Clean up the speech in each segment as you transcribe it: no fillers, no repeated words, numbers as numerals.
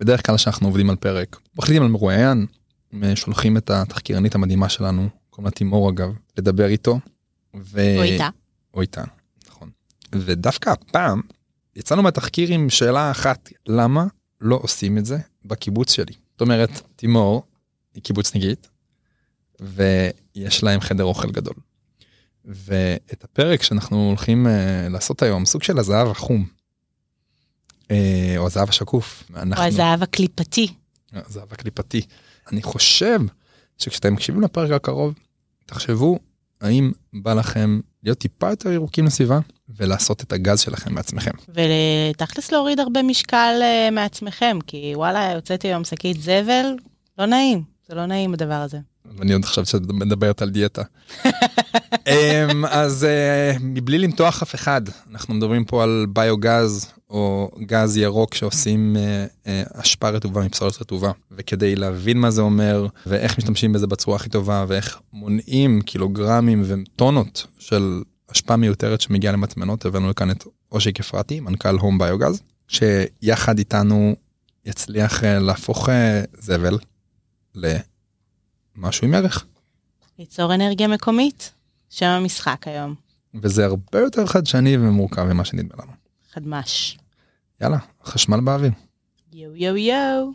בדרך כלל שאנחנו עובדים על פרק, מחליטים על מרואיין, שולחים את התחקירנית המדהימה שלנו, קוראים לה תימור אגב, לדבר איתו. או איתה. או איתה, נכון. ודווקא הפעם, יצאנו מהתחקיר עם שאלה אחת, למה לא עושים את זה בקיבוץ שלי? זאת אומרת, תימור היא קיבוצניקית, ויש להם חדר אוכל גדול. ואת הפרק שאנחנו הולכים לעשות היום, סוג של הזהב החום, או הזהב השקוף. או הזהב הקליפתי. הזהב הקליפתי. אני חושב שכשאתם מקשיבים לפרק הקרוב, תחשבו האם בא לכם להיות טיפה יותר ירוקים לסביבה, ולעשות את הגז שלכם מעצמכם. ולתכלס להוריד הרבה משקל מעצמכם, כי וואלה, יוצאתי היום שקית זבל, לא נעים. זה לא נעים הדבר הזה. ואני עוד חשבת שאת מדברת על דיאטה. אז מבלי למתוח אף אחד, אנחנו מדברים פה על ביוגז, או גז ירוק שעושים השפעה רטובה מפסולת רטובה, וכדי להבין מה זה אומר, ואיך משתמשים בזה בצורה הכי טובה, ואיך מונעים קילוגרמים וטונות של השפעה מיותרת שמגיעה למטמנות, הבאנו לכאן את אושיק אפרתי, מנכ"ל הום ביוגז, שיחד איתנו יצליח להפוך זבל למשהו עם ערך. ליצור אנרגיה מקומית, שם המשחק היום. וזה הרבה יותר חדשני ומורכב ממה שנדמה לנו. חדמש. יאללה, חשמל באוויר. יו יו יו.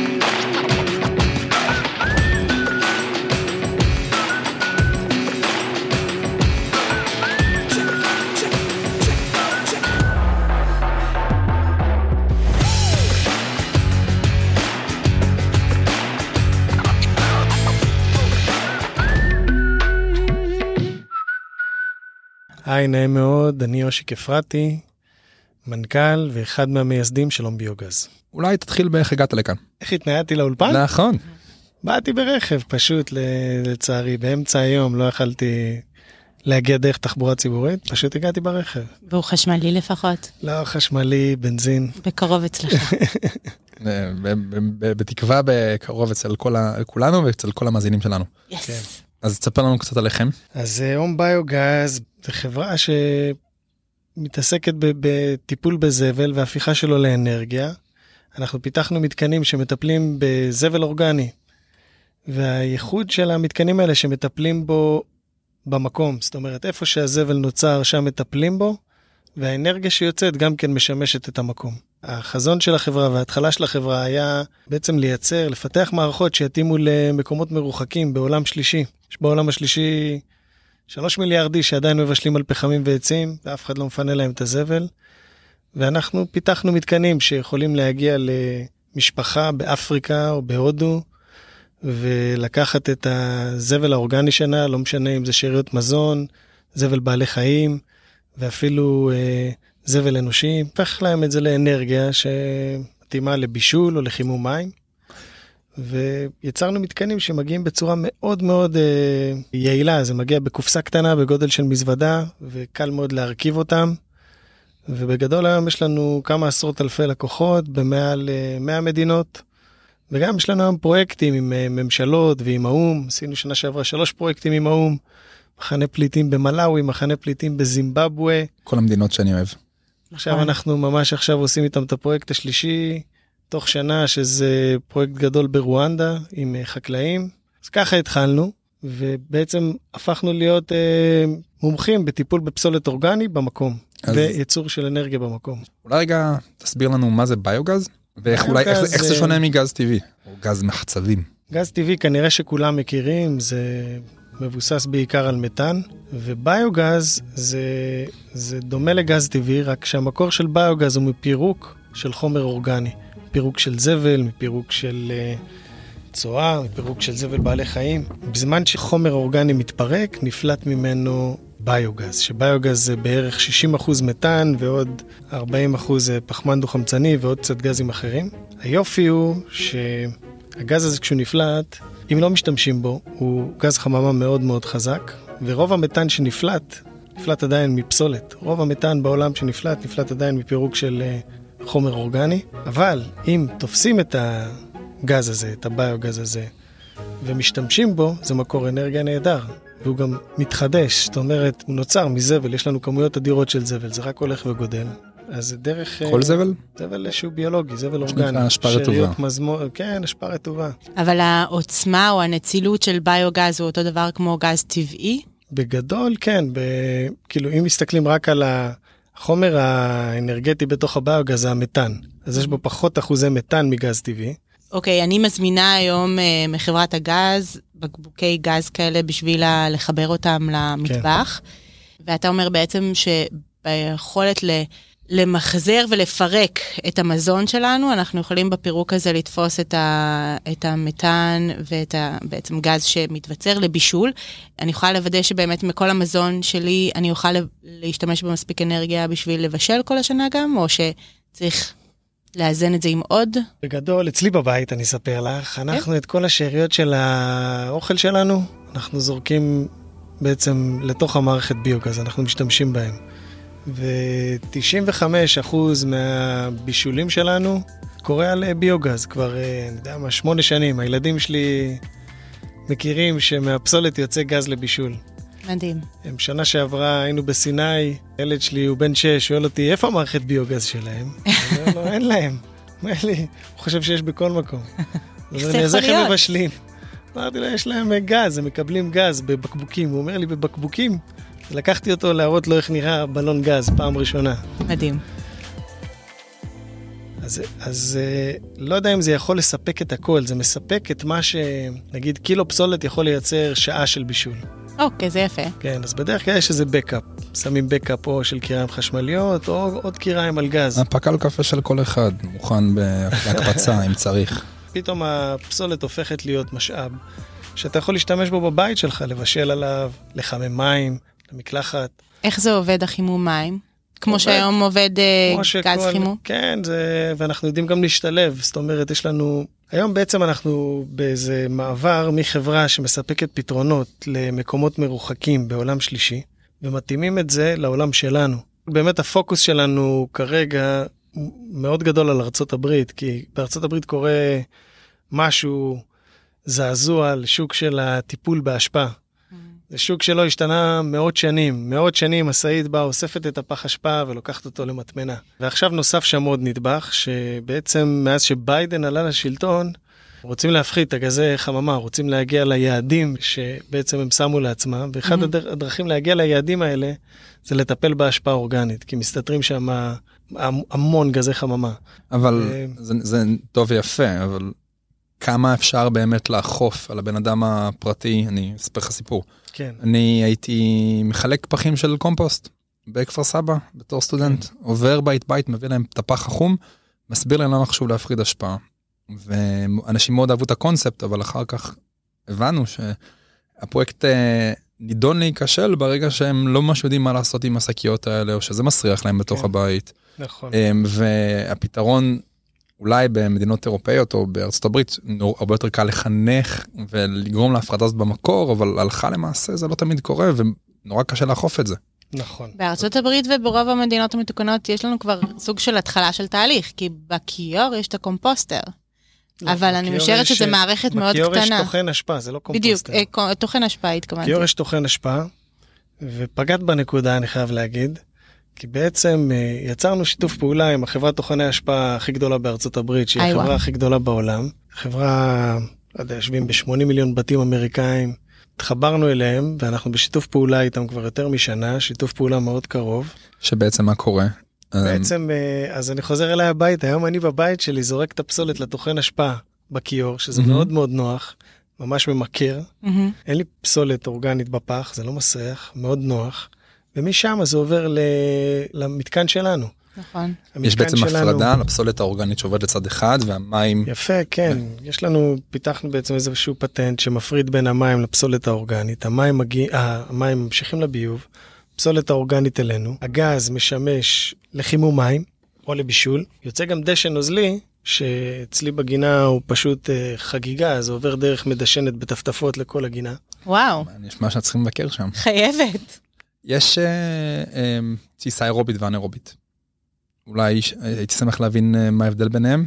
היי, נעים מאוד, אני אושיק אפרתי, מנכ"ל ואחד מהמייסדים של הום ביוגז. אולי תתחיל באיך הגעת לכאן. איך התניידתי לאולפן? נכון. באתי ברכב, פשוט לצערי, באמצע היום לא יכלתי להגיע דרך תחבורה ציבורית, פשוט הגעתי ברכב. והוא חשמלי לפחות? לא, חשמלי, בנזין. בקרוב אצלך. בתקווה בקרוב אצל כולנו ואצל כל המאזינים שלנו. יס. אז תספר לנו קצת עליכם. אז הום ביוגז זה חברה שמתעסקת בטיפול בזבל והפיכה שלו לאנרגיה. אנחנו פיתחנו מתקנים שמטפלים בזבל אורגני, והייחוד של המתקנים האלה שמטפלים בו במקום, זאת אומרת איפה שהזבל נוצר שם מטפלים בו, והאנרגיה שיוצאת גם כן משמשת את המקום. החזון של החברה וההתחלה של החברה היה בעצם לייצר, לפתח מערכות שיתאימו למקומות מרוחקים בעולם שלישי. יש בעולם השלישי 3 מיליארד איש שעדיין מבשלים על פחמים ועצים, ואף אחד לא מפנה להם את הזבל. ואנחנו פיתחנו מתקנים שיכולים להגיע למשפחה באפריקה או בהודו, ולקחת את הזבל האורגני שנה, לא משנה אם זה שאריות מזון, זבל בעלי חיים, ואפילו זבל אנושי, הפך להם את זה לאנרגיה שמתאימה לבישול או לחימום מים. ויצרנו מתקנים שמגיעים בצורה מאוד מאוד יעילה, זה מגיע בקופסה קטנה בגודל של מזוודה, וקל מאוד להרכיב אותם, ובגדול היום יש לנו כמה עשרות אלפי לקוחות, במעל 100 מדינות, וגם יש לנו היום פרויקטים עם ממשלות ועם האום, עשינו שנה שעברה 3 פרויקטים עם האום, מחנה פליטים במלאווי, מחנה פליטים בזימבבואה. כל המדינות שאני אוהב. עכשיו אנחנו ממש עכשיו עושים איתם את הפרויקט השלישי, תוך שנה שזה פרויקט גדול ברואנדה עם חקלאים. אז ככה התחלנו, ובעצם הפכנו להיות מומחים בטיפול בפסולת אורגני במקום, וייצור של אנרגיה במקום. אולי רגע תסביר לנו מה זה ביוגז, ואיך זה שונה מגז טבעי, או גז מחצבים. גז טבעי כנראה שכולם מכירים, זה מבוסס בעיקר על מתאן, וביוגז זה דומה לגז טבעי, רק שהמקור של ביוגז הוא מפירוק של חומר אורגני. פירוק של זבל, מפירוק של צואה, מפירוק של זבל בעלי חיים. בזמן שחומר אורגני מתפרק, נפלט ממנו ביוגז, שביוגז זה בערך 60% מתאן ועוד 40% פחמן דו-חמצני ועוד קצת גזים אחרים. היופי הוא שהגז הזה כשהוא נפלט, אם לא משתמשים בו, הוא גז חממה מאוד מאוד חזק, ורוב המתאן נפלט עדיין מפסולת. רוב המתאן בעולם נפלט עדיין מפירוק של חומר אורגני, אבל אם תופסים את הגז הזה, את הביוגז הזה, ומשתמשים בו, זה מקור אנרגיה נהדר, והוא גם מתחדש, זאת אומרת, הוא נוצר מזבל, יש לנו כמויות אדירות של זבל, זה רק הולך וגודל. אז זה דרך... כל זבל? זבל שהוא ביולוגי, זבל אורגני. שנקרא אשפה רטובה. כן, אשפה רטובה. אבל העוצמה או הנצילות של ביוגז הוא אותו דבר כמו גז טבעי? בגדול, כן. כאילו, אם מסתכלים רק על החומר האנרגטי בתוך הביוגז, זה המתאן. אז יש בו פחות אחוזי מתאן מגז טבעי. אוקיי, אני מזמינה היום מחברת הגז, בקבוקי גז כאלה בשביל לחבר אותם למטבח. ואתה אומר בעצם שביכולת למחזר ולפרק את המזון שלנו, אנחנו יכולים בפירוק הזה לתפוס את המתאן ואת בעצם גז שמתווצר לבישול. אני יכולה לוודא שבאמת מכל המזון שלי אני אוכל להשתמש במספיק אנרגיה בשביל לבשל כל השנה גם, או שצריך לאזן את זה עם עוד? בגדול, אצלי בבית אני אספר לך, אנחנו את כל השאריות של האוכל שלנו, אנחנו זורקים בעצם לתוך המערכת ביוגז, אנחנו משתמשים בהם. ו-95% מהבישולים שלנו קורה על ביוגז, כבר, אני יודע מה, 8 שנים. הילדים שלי מכירים שמהפסולת יוצא גז לבישול. מדהים. שנה שעברה היינו בסיני, ילד שלי הוא בן 6, שואל אותי, איפה המערכת ביוגז שלהם? אני אומר לו, אין להם. אומר לי, הוא חושב שיש בכל מקום. איך זה יכול להיות? מבשלים. אמרתי לו, יש להם גז, הם מקבלים גז בבקבוקים. הוא אומר לי, בבקבוקים? לקחתי אותו להראות לו איך נראה בלון גז, פעם ראשונה. מדהים. אז לא יודע אם זה יכול לספק את הכל, זה מספק את מה שנגיד קילו פסולת יכול לייצר שעה של בישול. אוקיי, זה יפה. כן, אז בדרך כלל יש איזה בקאפ. שמים בקאפ או של קיריים חשמליות, או עוד קיריים על גז. הפקל קפה של כל אחד, מוכן בהקפצה אם צריך. פתאום הפסולת הופכת להיות משאב, שאתה יכול להשתמש בו בבית שלך, לבשל עליו, לחמם מים, למקלחת. איך זה עובד החימום מים? כמו שהיום עובד גז חימום? כן, ואנחנו יודעים גם להשתלב. זאת אומרת, יש לנו... היום בעצם אנחנו באיזה מעבר מחברה שמספקת פתרונות למקומות מרוחקים בעולם שלישי, ומתאימים את זה לעולם שלנו. באמת הפוקוס שלנו כרגע מאוד גדול על ארצות הברית, כי בארצות הברית קורה משהו זעזוע על שוק של הטיפול בהשפעה. זה שוק שלא השתנה מאות שנים משאית באה, אוספת את הפח אשפה ולוקחת אותו למטמנה. ועכשיו נוסף שם עוד נדבך, שבעצם מאז שביידן עלה לשלטון, רוצים להפחית את הגזי חממה, רוצים להגיע ליעדים שבעצם הם שמו לעצמם, ואחד הדרכים להגיע ליעדים האלה, זה לטפל בהשפעה אורגנית, כי מסתתרים שם המון גזי חממה. אבל זה טוב ויפה, אבל כמה אפשר באמת לאכוף על הבן אדם הפרטי, אני אספר לך סיפור. כן. אני הייתי מחלק פחים של קומפוסט בכפר סבא, בתור סטודנט, עובר בית, מביא להם את הפח החום, מסביר להם למה חשוב להפריד השפעה. ואנשים מאוד אהבו את הקונספט, אבל אחר כך הבנו שהפרויקט נידון להיכשל ברגע שהם לא ממש יודעים מה לעשות עם השקיות האלה, או שזה מסריח להם בתוך הבית. נכון. והפתרון אולי במדינות אירופאיות או בארצות הברית, הרבה יותר קל לחנך ולגרום להפרדה הזאת במקור, אבל הלכה למעשה זה לא תמיד קורה, ונורא קשה לאכוף את זה. נכון. בארצות הברית וברוב המדינות המתוקנות יש לנו כבר סוג של התחלה של תהליך, כי בכיור יש את הקומפוסטר. אבל אני משערת שזה מערכת מאוד קטנה. בכיור יש תוכן השפעה, זה לא קומפוסטר. בדיוק, תוכן השפעה התכוונתי. בכיור יש תוכן השפעה, ופגעת בנקודה, אני חייב להגיד, כי בעצם יצרנו שיתוף פעולה עם החברת תוכני ההשפעה הכי גדולה בארצות הברית, שהיא החברה הכי גדולה בעולם. חברה, יושבים ב-80 מיליון בתים אמריקאים, התחברנו אליהם, ואנחנו בשיתוף פעולה איתם כבר יותר משנה, שיתוף פעולה מאוד קרוב. שבעצם מה קורה? בעצם, אז אני חוזר אליי הבית, היום אני בבית שלי זורק את הפסולת לתוכן השפעה בכיור, שזה מאוד מאוד נוח, ממש ממכר. אין לי פסולת אורגנית בפח, זה לא מסריח, מאוד נוח. ומשם זה עובר למתקן שלנו. נכון. יש בעצם הפרדה לפסולת האורגנית שעובד לצד אחד, והמים... יפה, כן. יש לנו, פיתחנו בעצם איזשהו פטנט שמפריד בין המים לפסולת האורגנית. המים ממשיכים לביוב, פסולת האורגנית אלינו. הגז משמש לחימום מים או לבישול. יוצא גם דשן נוזלי, שאצלי בגינה הוא פשוט חגיגה, זה עובר דרך מדשנת בטפטפות לכל הגינה. וואו. נשמע שצריכים לבקר שם. חייבת. יש תסיסה אירובית ואנאירובית. אולי הייתי שמח להבין מה ההבדל ביניהם,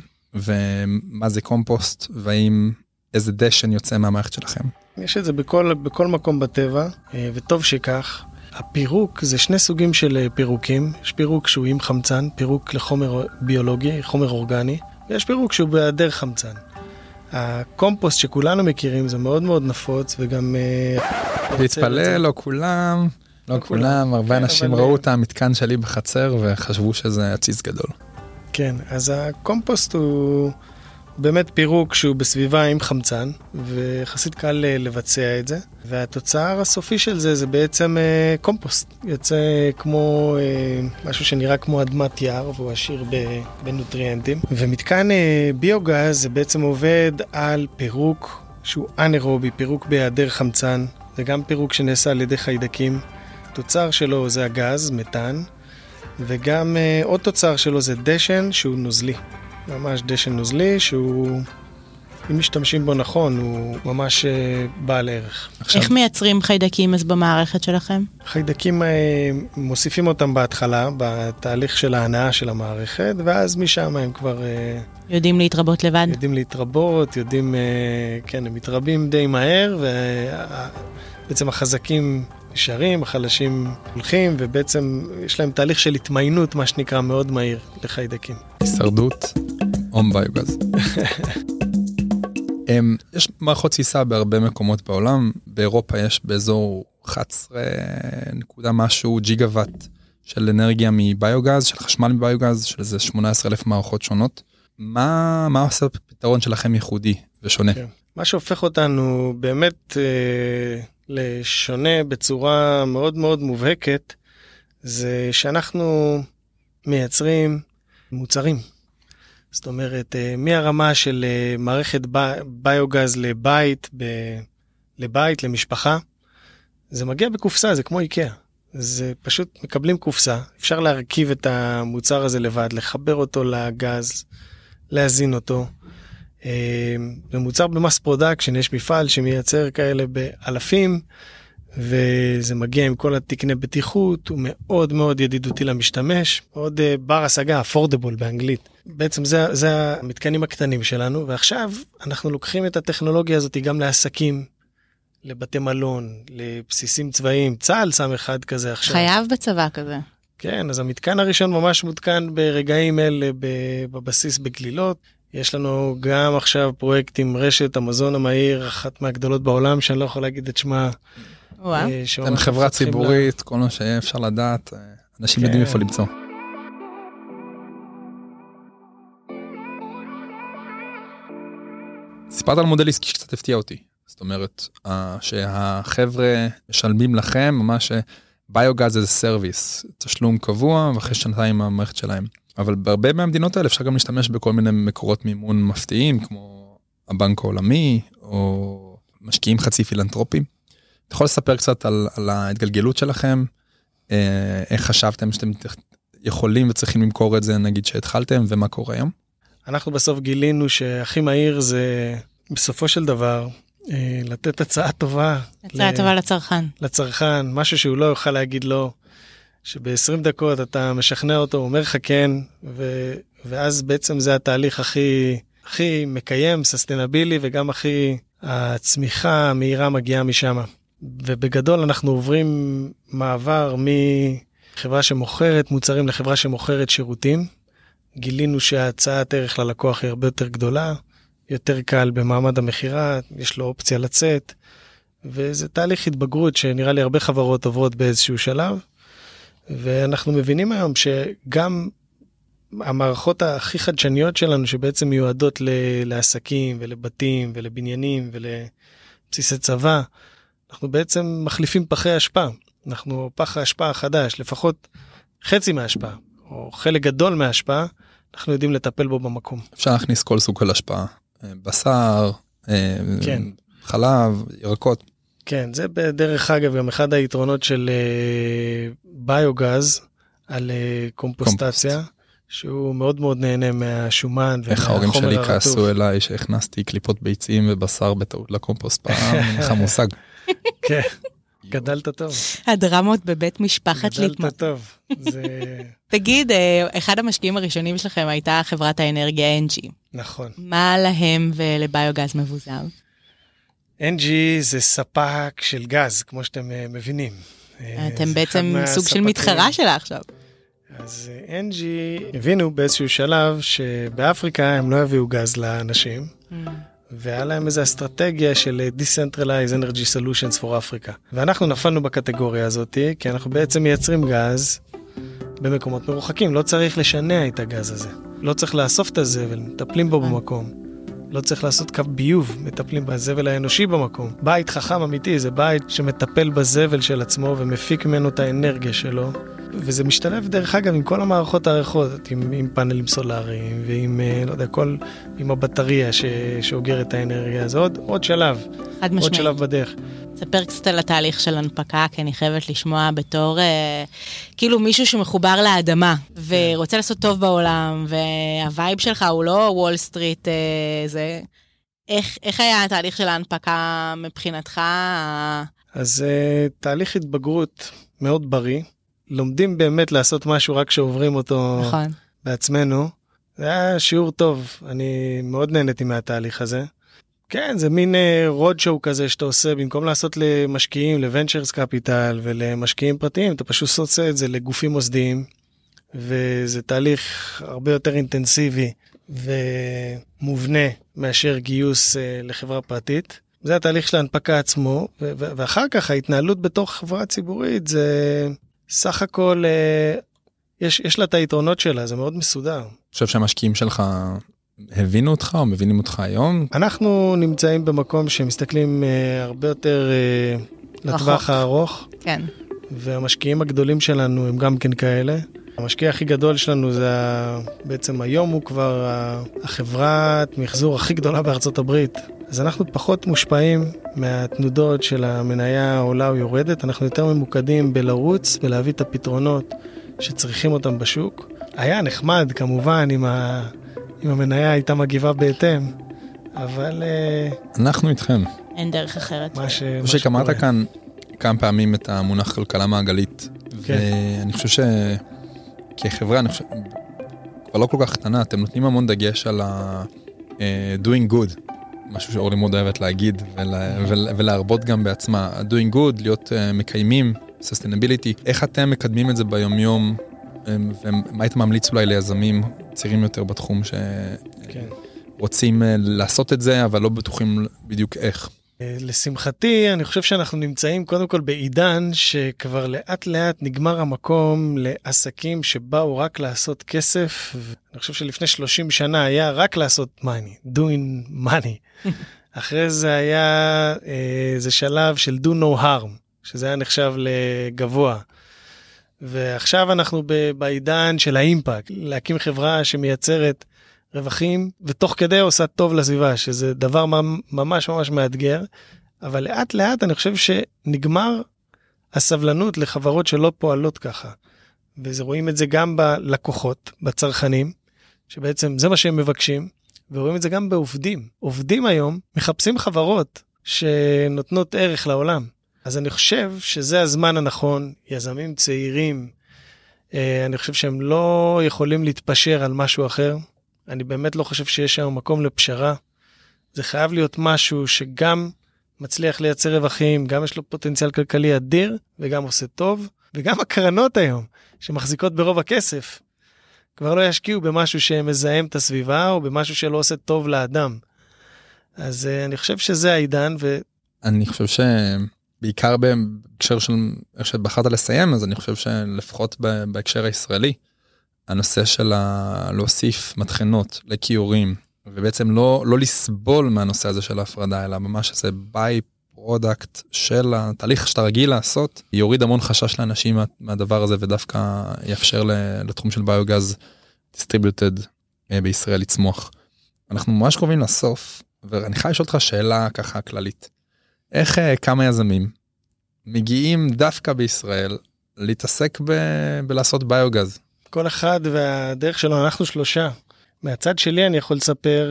ומה זה קומפוסט, והאם איזה דשן יוצא מהמערכת שלכם. יש את זה בכל מקום בטבע, וטוב שכך. הפירוק זה שני סוגים של פירוקים. יש פירוק שהוא עם חמצן, פירוק לחומר ביולוגי, חומר אורגני, ויש פירוק שהוא בהיעדר חמצן. הקומפוסט שכולנו מכירים זה מאוד מאוד נפוץ, וגם... להתפלא, לא כולם, הרבה אנשים ראו את המתקן שלי בחצר וחשבו שזה עציץ גדול. כן, אז הקומפוסט הוא באמת פירוק שהוא בסביבה עם חמצן, ויחסית קל לבצע את זה, והתוצר הסופי של זה זה בעצם קומפוסט. יוצא כמו משהו שנראה כמו אדמת יער, והוא עשיר בנוטריאנטים. ומתקן ביוגז זה בעצם עובד על פירוק שהוא אנאירובי, פירוק בהיעדר חמצן. זה גם פירוק שנעשה על ידי חיידקים. תוצר שלו זה הגז, מתאן, וגם עוד תוצר שלו זה דשן שהוא נוזלי. ממש דשן נוזלי שהוא, אם משתמשים בו נכון, הוא ממש בעל ערך. איך מייצרים חיידקים אז במערכת שלכם? חיידקים מוסיפים אותם בהתחלה, בתהליך של ההנאה של המערכת, ואז משם הם כבר... יודעים להתרבות לבד? יודעים להתרבות, כן, הם מתרבים די מהר, ובעצם החזקים נשארים, החלשים הולכים, ובעצם יש להם תהליך של התמיינות, מה שנקרא, מאוד מהיר לחיידקים. הישרדות, ביוגז. יש מערכות תסיסה בהרבה מקומות בעולם, באירופה יש באזור 11 נקודה משהו ג'יגוואט של אנרגיה מביוגז, של חשמל מביוגז, של איזה 18,000 מערכות שונות. מה עושה הפתרון שלכם ייחודי ושונה? כן. מה שהופך אותנו באמת לשונה בצורה מאוד מאוד מובהקת, זה שאנחנו מייצרים מוצרים. זאת אומרת, מהרמה של מערכת ביוגז לבית, למשפחה, זה מגיע בקופסה, זה כמו איקאה. זה פשוט מקבלים קופסה, אפשר להרכיב את המוצר הזה לבד, לחבר אותו לגז, להזין אותו. זה מוצר במס פרודקשן, יש מפעל שמייצר כאלה באלפים, וזה מגיע עם כל התקני בטיחות, הוא מאוד מאוד ידידותי למשתמש, מאוד בר השגה, affordable באנגלית. בעצם זה המתקנים הקטנים שלנו, ועכשיו אנחנו לוקחים את הטכנולוגיה הזאת גם לעסקים, לבתי מלון, לבסיסים צבאיים, צה"ל שם אחד כזה עכשיו. חייב בצבא כזה. כן, אז המתקן הראשון ממש מותקן ברגעים אלה בבסיס בגלילות. יש לנו גם עכשיו פרויקט עם רשת המזון המהיר, אחת מהגדולות בעולם, שאני לא יכול להגיד את שמה. אתם חברה ציבורית, כל מה שאפשר לדעת, אנשים יודעים איפה למצוא. סיפרת על מודל עסקי שקצת הפתיע אותי. זאת אומרת, שהחבר'ה משלמים לכם, ממש ביוגז זה סרוויס, תשלום קבוע, ואחרי שנתיים המערכת שלהם. אבל בהרבה מהמדינות האלה אפשר גם להשתמש בכל מיני מקורות מימון מפתיעים, כמו הבנק העולמי, או משקיעים חצי פילנטרופים. אתה יכול לספר קצת על ההתגלגלות שלכם, איך חשבתם שאתם יכולים וצריכים למכור את זה, נגיד שהתחלתם, ומה קורה היום? אנחנו בסוף גילינו שהכי מהיר זה, בסופו של דבר, לתת הצעה טובה. הצעה טובה לצרכן. לצרכן, משהו שהוא לא יוכל להגיד לא, שב-20 דקות אתה משכנע אותו, הוא אומר לך כן, ואז בעצם זה התהליך הכי מקיים, ססטנבילי, וגם הכי הצמיחה המהירה מגיעה משם. ובגדול אנחנו עוברים מעבר מחברה שמוכרת מוצרים לחברה שמוכרת שירותים. גילינו שההצעת ערך ללקוח היא הרבה יותר גדולה, יותר קל במעמד המחירה, יש לו אופציה לצאת, וזה תהליך התבגרות שנראה לי הרבה חברות עוברות באיזשהו שלב, ואנחנו מבינים היום שגם המערכות הכי חדשניות שלנו, שבעצם מיועדות לעסקים ולבתים ולבניינים ולבסיסי צבא, אנחנו בעצם מחליפים פחי השפעה. אנחנו פח ההשפעה החדש, לפחות חצי מההשפעה, או חלק גדול מההשפעה, אנחנו יודעים לטפל בו במקום. אפשר להכניס כל סוג של השפעה. בשר, כן. חלב, ירקות. כן, זה בדרך אגב גם אחד היתרונות של ביוגז על קומפוסטציה, שהוא מאוד מאוד נהנה מהשומן ומהחומר הרטוב. איך ההורים שלי כעסו אליי שהכנסתי קליפות ביצים ובשר בטעות לקומפוסט פעם, אין לך מושג. כן, גדלת טוב. הדרמות בבית משפחת ליטמן. גדלת טוב. תגיד, אחד המשקיעים הראשונים שלכם הייתה חברת האנרגיה NG. נכון. מה להם ולביוגז מבוזר? NG זה ספק של גז, כמו שאתם מבינים. אתם בעצם סוג של מתחרה שלה עכשיו. אז אנג'י הבינו באיזשהו שלב שבאפריקה הם לא יביאו גז לאנשים, והיה להם איזו אסטרטגיה של Decentralized Energy Solutions for Africa. ואנחנו נפלנו בקטגוריה הזאת, כי אנחנו בעצם מייצרים גז במקומות מרוחקים. לא צריך לשנע את הגז הזה. לא צריך לאסוף את הזבל, מטפלים בו במקום. לא צריך לעשות קו ביוב, מטפלים בזבל האנושי במקום. בית חכם אמיתי, זה בית שמטפל בזבל של עצמו ומפיק ממנו את האנרגיה שלו. וזה משתלב דרך אגב עם כל המערכות הערכות, עם פאנלים סולאריים ועם, לא יודע, עם הבטריה שאוגרת את האנרגיה. זה עוד שלב, עוד שלב בדרך. ספר קצת על התהליך של הנפקה, כי אני חייבת לשמוע בתור כאילו מישהו שמחובר לאדמה, ורוצה לעשות טוב בעולם, והווייב שלך הוא לא וול סטריט, זה... איך היה התהליך של ההנפקה מבחינתך? אז תהליך התבגרות מאוד בריא. לומדים באמת לעשות משהו רק שעוברים אותו נכון. בעצמנו. זה היה שיעור טוב, אני מאוד נהניתי מהתהליך הזה. כן, זה מין רודשואו כזה שאתה עושה, במקום לעשות למשקיעים, לוונצ'רס קפיטל ולמשקיעים פרטיים, אתה פשוט עושה את זה לגופים מוסדיים, וזה תהליך הרבה יותר אינטנסיבי ומובנה מאשר גיוס לחברה פרטית. זה התהליך של ההנפקה עצמו, ואחר כך ההתנהלות בתוך חברה ציבורית זה סך הכל, יש לה את היתרונות שלה, זה מאוד מסודר. אני חושב שהמשקיעים שלך הבינו אותך או מבינים אותך היום? אנחנו נמצאים במקום שמסתכלים הרבה יותר לטווח הארוך. כן. והמשקיעים הגדולים שלנו הם גם כן כאלה. המשקיע הכי גדול שלנו זה בעצם היום הוא כבר החברת מחזור הכי גדולה בארצות הברית. אז אנחנו פחות מושפעים מהתנודות של המניה עולה או יורדת. אנחנו יותר ממוקדים בלרוץ ולהביא את הפתרונות שצריכים אותם בשוק. היה נחמד כמובן אם המניה הייתה מגיבה בהתאם, אבל... אנחנו איתכם. אין דרך אחרת. שקמרת כאן כמה פעמים את המונח כלכלה מעגלית, ואני חושב שכחברה, אני חושב, כבר לא כל כך קטנה, אתם נותנים המון דגש על doing good, משהו שאורלי מאוד אוהבת להגיד, ולהרבות גם בעצמה. doing good, להיות מקיימים, sustainability, איך אתם מקדמים את זה ביום-יום, ומה היית ממליץ אולי ליזמים צעירים יותר בתחום שרוצים לעשות את זה, אבל לא בטוחים בדיוק איך? לשמחתי, אני חושב שאנחנו נמצאים קודם כל בעידן שכבר לאט לאט נגמר המקום לעסקים שבאו רק לעשות כסף. אני חושב שלפני 30 שנה היה רק לעשות money, doing money. אחרי זה היה זה שלב של do no harm, שזה היה נחשב לגבוה. ועכשיו אנחנו בעידן של האימפקט, להקים חברה שמייצרת רווחים, ותוך כדי עושה טוב לסביבה, שזה דבר ממש ממש מאתגר, אבל לאט לאט אני חושב שנגמר הסבלנות לחברות שלא פועלות ככה. ורואים את זה גם בלקוחות, בצרכנים, שבעצם זה מה שהם מבקשים, ורואים את זה גם בעובדים. עובדים היום מחפשים חברות שנותנות ערך לעולם. אז אני חושב שזה הזמן הנכון, יזמים צעירים, אני חושב שהם לא יכולים להתפשר על משהו אחר. אני באמת לא חושב שיש שם מקום לפשרה. זה חייב להיות משהו שגם מצליח לייצר רווחים, גם יש לו פוטנציאל כלכלי אדיר, וגם עושה טוב, וגם הקרנות היום, שמחזיקות ברוב הכסף, כבר לא ישקיעו במשהו שמזהם את הסביבה, או במשהו שלא עושה טוב לאדם. אז אני חושב שזה העידן, אני חושב בעיקר בהקשר של איך שבחרת לסיים, אז אני חושב שלפחות בהקשר הישראלי, הנושא של להוסיף מטחנות לכיורים, ובעצם לא לסבול מהנושא הזה של ההפרדה, אלא ממש איזה ביי פרודקט של התהליך שאתה רגיל לעשות, יוריד המון חשש לאנשים מהדבר הזה, ודווקא יאפשר לתחום של ביוגז דיסטריביוטד בישראל לצמוח. אנחנו ממש קרובים לסוף, ואני חייב לשאול אותך שאלה ככה כללית. איך כמה יזמים מגיעים דווקא בישראל להתעסק בלעשות ביוגז? כל אחד והדרך שלו, אנחנו 3. מהצד שלי אני יכול לספר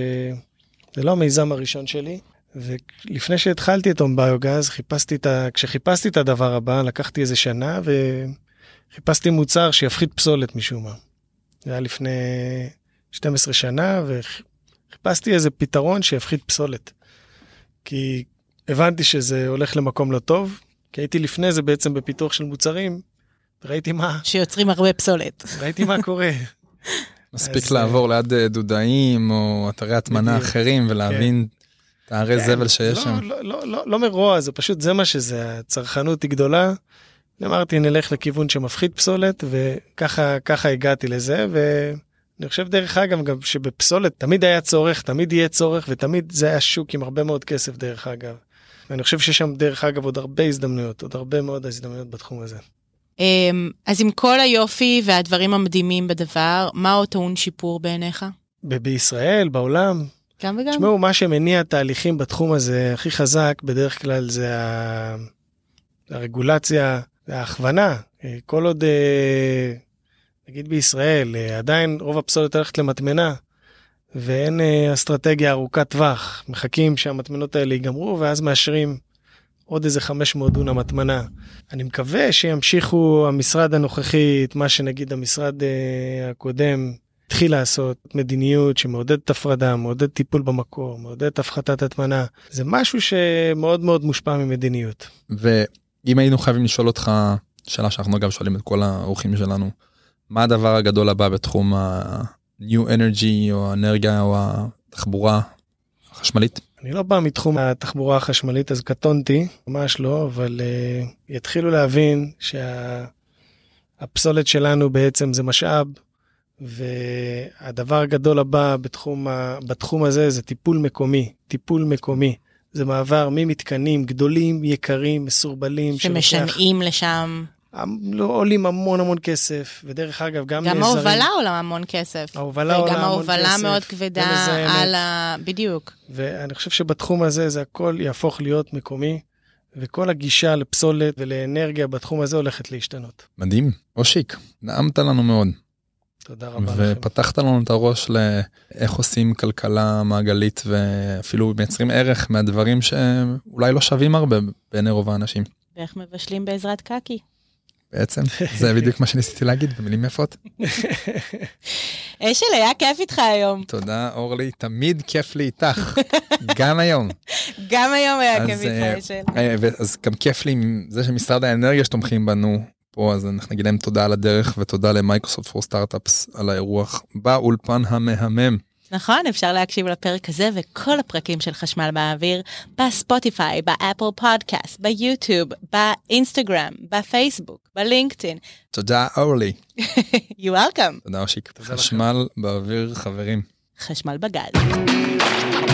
שזה לא המיזם הראשון שלי, ולפני שהתחלתי את ביוגז, כשחיפשתי את הדבר הבא, לקחתי איזה שנה וחיפשתי מוצר שיפחית פסולת משום מה. זה היה לפני 12 שנה, וחיפשתי איזה פתרון שיפחית פסולת. כי הבנתי שזה הולך למקום לא טוב, כי הייתי לפני זה בעצם בפיתוח של מוצרים, וראיתי מה... שיוצרים הרבה פסולת. ראיתי מה קורה. מספיק לעבור ליד דודאים או אתרי הטמנה אחרים ולהבין את הערי זבל שיש שם. לא מרוע, זה פשוט זה מה שזה, הצרכנות היא גדולה. אמרתי נלך לכיוון שמפחית פסולת, וככה הגעתי לזה, ואני חושב דרך אגב גם שבפסולת תמיד היה צורך, תמיד יהיה צורך, ותמיד זה היה שוק עם הרבה מאוד כסף דרך אגב. ואני חושב שיש שם דרך אגב עוד הרבה הזדמנויות, עוד הרבה מאוד הזדמנויות בתחום הזה. אז עם כל היופי והדברים המדהימים בדבר, מה עוד טעון שיפור בעיניך? בישראל, בעולם. גם וגם. תשמעו, מה שמניע תהליכים בתחום הזה הכי חזק, בדרך כלל זה הרגולציה, ההכוונה. כל עוד, נגיד בישראל, עדיין רוב הפסולת הולכת למטמנה, ואין אסטרטגיה ארוכת טווח. מחכים שהמטמנות האלה ייגמרו, ואז מאשרים עוד איזה 500 דונם מטמנה. אני מקווה שימשיכו המשרד הנוכחי, את מה שנגיד המשרד הקודם, התחיל לעשות מדיניות שמעודדת הפרדה, מעודדת טיפול במקור, מעודדת הפחתת הטמנה. זה משהו שמאוד מאוד מושפע ממדיניות. ואם היינו חייבים לשאול אותך, שאלה שאנחנו אגב שואלים את כל האורחים שלנו, מה הדבר הגדול הבא בתחום ה-New Energy או האנרגיה או התחבורה החשמלית? אני לא בא מתחום התחבורה החשמלית, אז קטונתי, ממש לא, אבל יתחילו להבין שהפסולת שלנו בעצם זה משאב, והדבר הגדול הבא בתחום הזה זה טיפול מקומי, טיפול מקומי. זה מעבר ממתקנים גדולים, יקרים, מסורבלים. שמשנעים לשם. לא עולים המון המון כסף, ודרך אגב גם ההובלה עולה המון כסף. ההובלה עולה המון כסף. וגם ההובלה מאוד כבדה על בדיוק. ואני חושב שבתחום הזה זה הכל יהפוך להיות מקומי, וכל הגישה לפסולת ולאנרגיה בתחום הזה הולכת להשתנות. מדהים, אושיק, נעמת לנו מאוד. תודה רבה לכם. ופתחת לנו את הראש לאיך עושים כלכלה מעגלית, ואפילו מייצרים ערך מהדברים שאולי לא שווים הרבה בעיני רוב האנשים. ואיך מבשלים בעזרת קקי. בעצם, זה בדיוק מה שניסיתי להגיד, במילים יפות. אשל, היה כיף איתך היום. תודה, אורלי, תמיד כיף לי איתך, גם היום. גם היום היה כיף איתך, אשל. אז גם כיף לי עם זה שמשרד האנרגיה שתומכים בנו פה, אז אנחנו נגיד להם תודה על הדרך, ותודה למייקרוסופט פור סטארט-אפס על האירוח באולפן המהמם. נכון, אפשר להקשיב לפרק הזה וכל הפרקים של חשמל באוויר, בספוטיפיי, באפל פודקאסט, ביוטיוב, באינסטגרם, בפייסבוק, בלינקדאין. תודה, אורלי. You're welcome. תודה, אושיק. חשמל באוויר, חברים. חשמל בגז.